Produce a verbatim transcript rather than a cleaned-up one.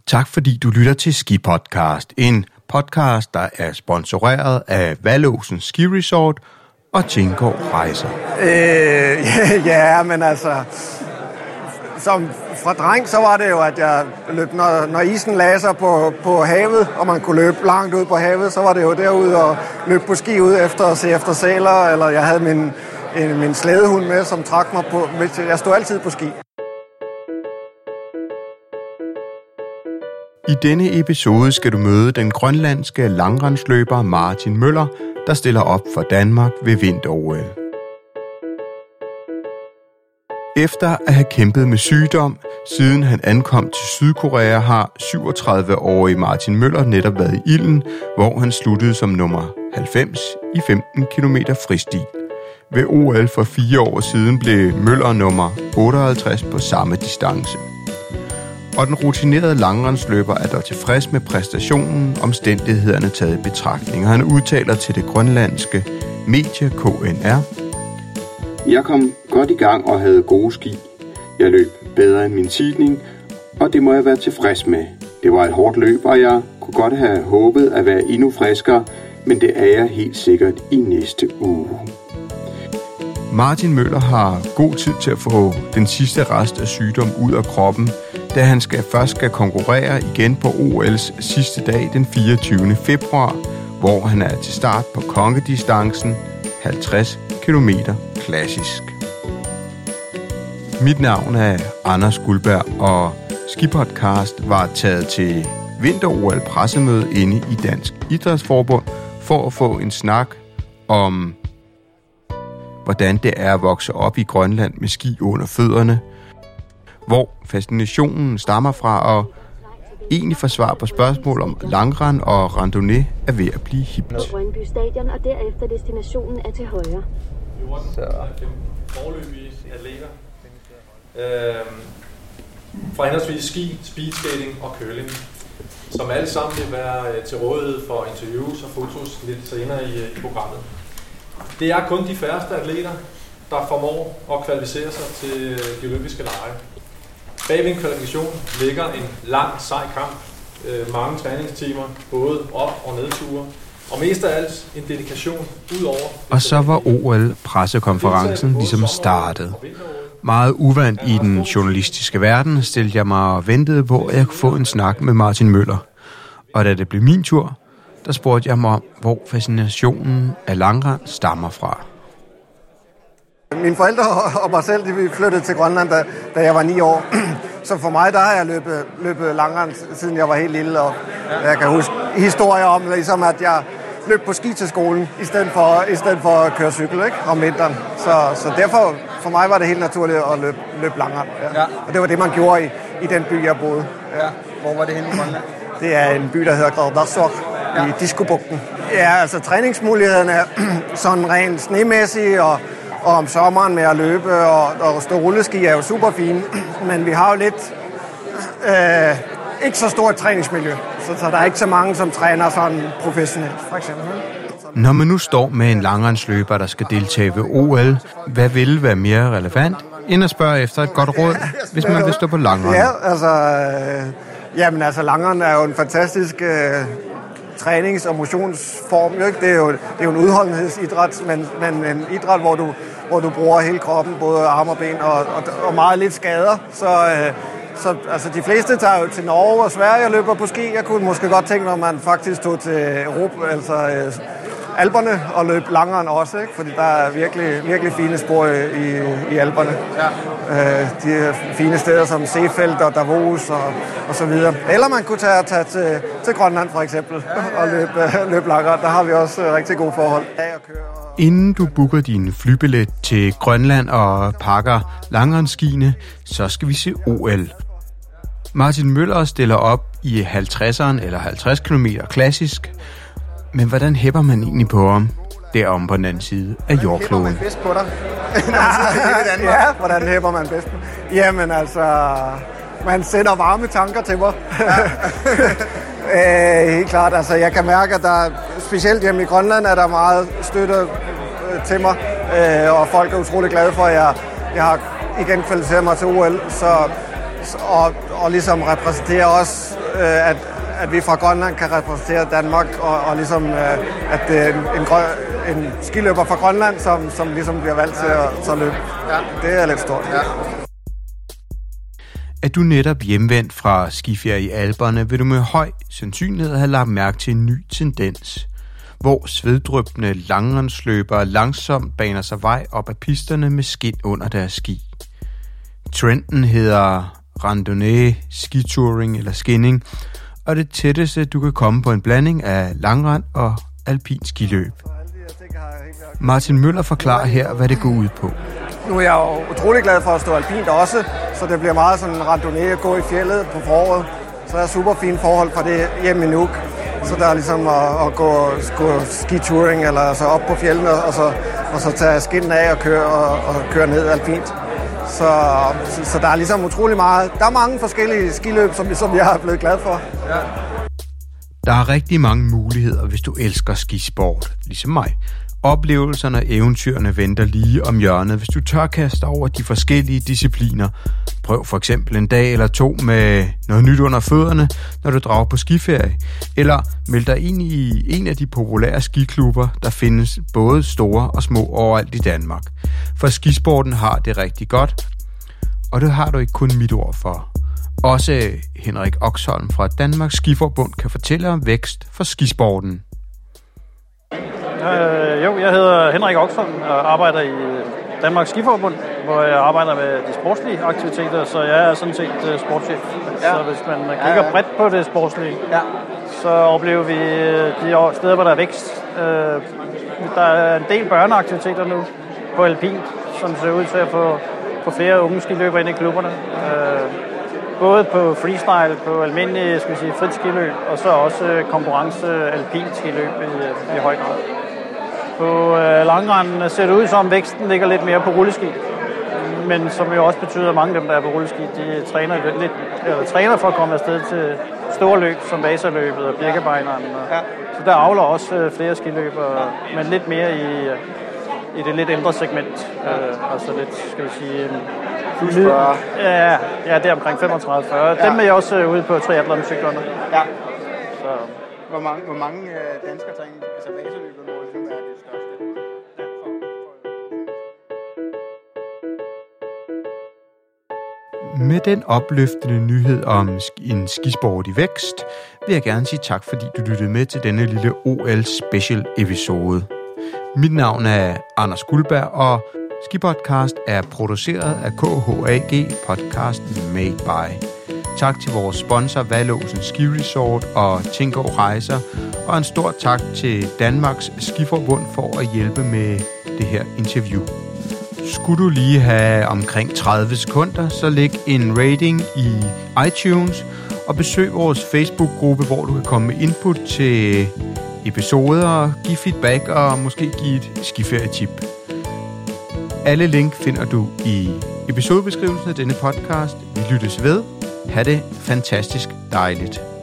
Tak fordi du lytter til Ski Podcast, en podcast, der er sponsoreret af Vallåsen Ski Resort og Tinggaard Rejser. Øh, ja, ja, men altså, som fra dreng, så var det jo, at jeg løb, når, når isen lagde sig på, på havet, og man kunne løbe langt ud på havet, så var det jo derude og løbe på ski ud efter at se efter sæler, eller jeg havde min, en, min slædehund med, som trak mig på. Jeg stod altid på ski. I denne episode skal du møde den grønlandske langrendsløber Martin Møller, der stiller op for Danmark ved vinter-O L. Efter at have kæmpet med sygdom, siden han ankom til Sydkorea, har syvogtredive-årige Martin Møller netop været i ilden, hvor han sluttede som nummer halvfems i femten kilometer fristil. Ved O L for fire år siden blev Møller nummer otteoghalvtreds på samme distance. Og den rutinerede langrendsløber er dog tilfreds med præstationen, omstændighederne taget i betragtning, og han udtaler til det grønlandske medie K N R: Jeg kom godt i gang og havde gode ski. Jeg løb bedre end min seedning, og det må jeg være tilfreds med. Det var et hårdt løb, og jeg kunne godt have håbet at være endnu friskere, men det er jeg helt sikkert i næste uge. Martin Møller har god tid til at få den sidste rest af sygdom ud af kroppen, da han skal først skal konkurrere igen på O L's sidste dag den fireogtyvende februar, hvor han er til start på kongedistancen halvtreds kilometer klassisk. Mit navn er Anders Guldberg, og Skipodcast var taget til vinter-O L pressemøde inde i Dansk Idrætsforbund for at få en snak om, hvordan det er at vokse op i Grønland med ski under fødderne, hvor fascinationen stammer fra, og egentlig få svar på spørgsmål om langrend og randonnée er ved at blive hipt. Brøndby Stadion, og derefter destinationen er til højre. Så. Forløbige atleter. Øhm, fra henholdsvis ski, speedskating og curling, som alle sammen vil være til rådighed for interviews og fotos lidt senere i, i programmet. Det er kun de færreste atleter, der formår at kvalificere sig til de olympiske lege. Bag ved en kvalifikation ligger en lang, sej kamp, øh, mange træningstimer, både op- og nedture, og mest af alt en dedikation ud over. Og så var O L-pressekonferencen ligesom startet. Meget uvant i den journalistiske verden stillede jeg mig og ventede på, at jeg kunne få en snak med Martin Møller. Og da det blev min tur, der spurgte jeg mig om, hvor fascinationen af langrend stammer fra. Mine forældre og mig selv, de flyttede til Grønland, da, da jeg var ni år. Så for mig, der har jeg løbet, løbet langrend, siden jeg var helt lille. Og jeg kan huske historier om, ligesom at jeg løb på ski til skolen, i stedet for, i stedet for at køre cykel, ikke, om vinteren. Så, så derfor, for mig var det helt naturligt at løbe, løbe langrend. Ja. Ja. Og det var det, man gjorde i, i den by, jeg boede. Ja. Hvor var det henne i Grønland? Det er en by, der hedder Qaqortoq, ja, i Diskobugten. Ja, altså træningsmulighederne er sådan rent snemæssige, og Og om sommeren med at løbe og, og stå rulleski er jo super fine, men vi har jo lidt øh, ikke så stort træningsmiljø, så, så der er ikke så mange, som træner sådan professionelt, for eksempel. Når man nu står med en langrendsløber, der skal deltage ved O L, hvad vil være mere relevant, end at spørge efter et godt råd, hvis man vil stå på langrend? Ja, altså, øh, jamen, altså langrend er jo en fantastisk øh, trænings- og motionsform. Ikke? Det er jo, det er jo en udholdenhedsidræt, men, men en idræt, hvor du, hvor du bruger hele kroppen, både arme og ben, og, og, og meget lidt skader. Så, øh, så altså, de fleste tager jo til Norge og Sverige og løber på ski. Jeg kunne måske godt tænke mig, at man faktisk tog til Europa, altså øh, Alperne, og løb langrend også, ikke? Fordi der er virkelig, virkelig fine spor i, i Alperne. Ja. Øh, de fine steder som Seefeldt og Davos og, og så videre. Eller man kunne tage, tage til, til Grønland for eksempel, ja, og løbe, løbe langrend. Der har vi også rigtig gode forhold. Inden du booker din flybillet til Grønland og pakker langrendskiene, så skal vi se O L. Martin Møller stiller op i halvtredseren eller halvtreds kilometer klassisk. Men hvordan hæpper man egentlig på ham, derom på den anden side af jordkloden? Hvordan hæpper man bedst på dig? Ja, hvordan hæpper man bedst på? Jamen altså, man sender varme tanker til mig. Ja. øh, helt klart, altså jeg kan mærke, at der specielt hjemme i Grønland er der meget støtte øh, til mig. Øh, og folk er utrolig glade for, at jeg, jeg har igen kvalificeret mig til O L. Så, og, og ligesom repræsentere os, øh, at, at vi fra Grønland kan repræsentere Danmark, og, og ligesom, øh, at det er en, en, grøn, en skiløber fra Grønland, som, som ligesom bliver valgt til at, til at løbe. Ja. Det er lidt stort. Ja. Er du netop hjemvendt fra skiferie i Alperne, vil du med høj sandsynlighed have lagt mærke til en ny tendens, hvor sveddryppende langrendsløbere langsomt baner sig vej op ad pisterne med skind under deres ski. Trenden hedder randonnée, skitouring eller skinning, og det tætteste, du kan komme på en blanding af langrend og alpin skiløb. Martin Møller forklarer her, hvad det går ud på. Nu er jeg jo utrolig glad for at stå alpint også, så det bliver meget sådan randonnée at gå i fjellet på foråret. Så er der super fine forhold for det hjemme i Nuuk. Så der er ligesom at, at gå, gå skitouring eller altså op på fjellene og så, og så tage skinnen af og køre, og, og køre ned alpint. Så, så, så der er ligesom utrolig meget. Der er mange forskellige skiløb, som, som jeg er blevet glad for. Ja. Der er rigtig mange muligheder, hvis du elsker skisport, ligesom mig. Oplevelserne og eventyrene venter lige om hjørnet, hvis du tør kaste over de forskellige discipliner. Prøv for eksempel en dag eller to med noget nyt under fødderne, når du drager på skiferie. Eller meld dig ind i en af de populære skiklubber, der findes både store og små overalt i Danmark. For skisporten har det rigtig godt, og det har du ikke kun mit ord for. Også Henrik Oxholm fra Danmarks Skiforbund kan fortælle om vækst for skisporten. Øh, jo, jeg hedder Henrik Oxholm og arbejder i Danmarks Skiforbund, hvor jeg arbejder med de sportslige aktiviteter, så jeg er sådan set uh, sportschef. Ja. Så hvis man kigger ja, ja. bredt på det sportslige, ja. så oplever vi de steder, hvor der er vækst. Øh, der er en del børneaktiviteter nu på alpint, som ser ud til at få, få flere unge skiløbere ind i klubberne. Øh, både på freestyle, på almindelige skal vi sige, frit skiløb, og så også konkurrence alpint skiløb i, i høj grad. På øh, langrenden ser det ud som væksten ligger lidt mere på rulleski, men som jo også betyder, at mange af dem, der er på rulleski, de træner, lidt, eller træner for at komme afsted til store løb, som Vasaløbet og Birkebeineren. Ja. Så der avler også øh, flere skiløbere, men lidt mere i, i det lidt ældre segment. Øh, altså lidt, skal vi sige... plus fyrre. Ja, ja, det er omkring femogtredive til fyrre. Ja. Dem er jeg også ude på triathlon-cyklerne. Ja. Så. Hvor mange, hvor mange øh, danskere træner, altså Vasaløbet, hvor det er det største? Med den opløftende nyhed om en skisport i vækst, vil jeg gerne sige tak, fordi du lyttede med til denne lille O L-special episode. Mit navn er Anders Guldberg, og Skipodcast er produceret af K H A G Podcast Made By. Tak til vores sponsor Vallåsen Ski Resort og Tingo Rejser, og en stor tak til Danmarks Skiforbund for at hjælpe med det her interview. Skulle du lige have omkring tredive sekunder, så læg en rating i iTunes og besøg vores Facebook-gruppe, hvor du kan komme med input til episoder, give feedback og måske give et skiferietip. Alle link finder du i episodebeskrivelsen af denne podcast. Vi lyttes ved. Ha' det fantastisk dejligt.